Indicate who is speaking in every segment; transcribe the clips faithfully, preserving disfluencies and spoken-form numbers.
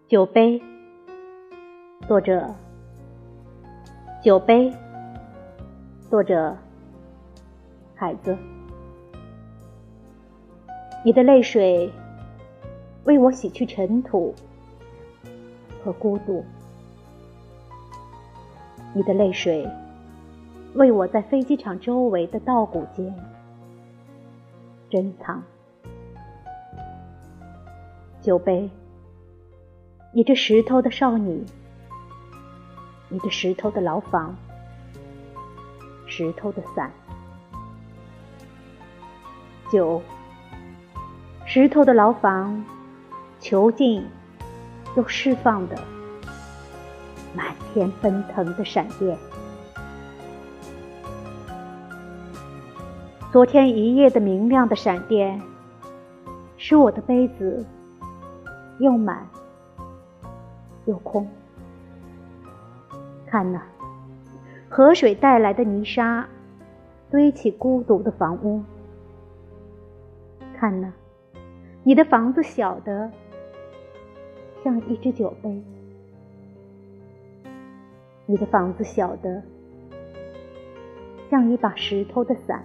Speaker 1: 酒杯，作者酒杯，作者海子。你的泪水为我洗去尘土和孤独，你的泪水为我在飞机场周围的稻谷间珍藏。酒杯，你这石头的少女，你这石头的牢房，石头的伞。酒，石头的牢房，囚禁又释放的满天奔腾的闪电。昨天一夜的明亮的闪电，使我的杯子又满又空。看哪，河水带来的泥沙堆起孤独的房屋。看哪，你的房子小的像一只酒杯，你的房子小的像一把石头的伞。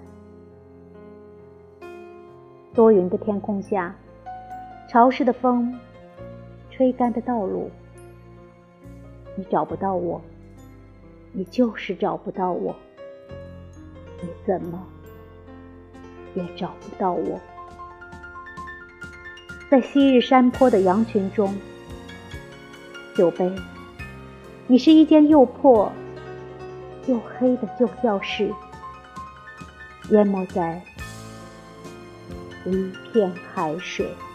Speaker 1: 多云的天空下，潮湿的风吹干的道路，你找不到我，你就是找不到我，你怎么也找不到我。在昔日山坡的羊群中，酒杯，你是一间又破又黑的旧教室，淹没在一片海水。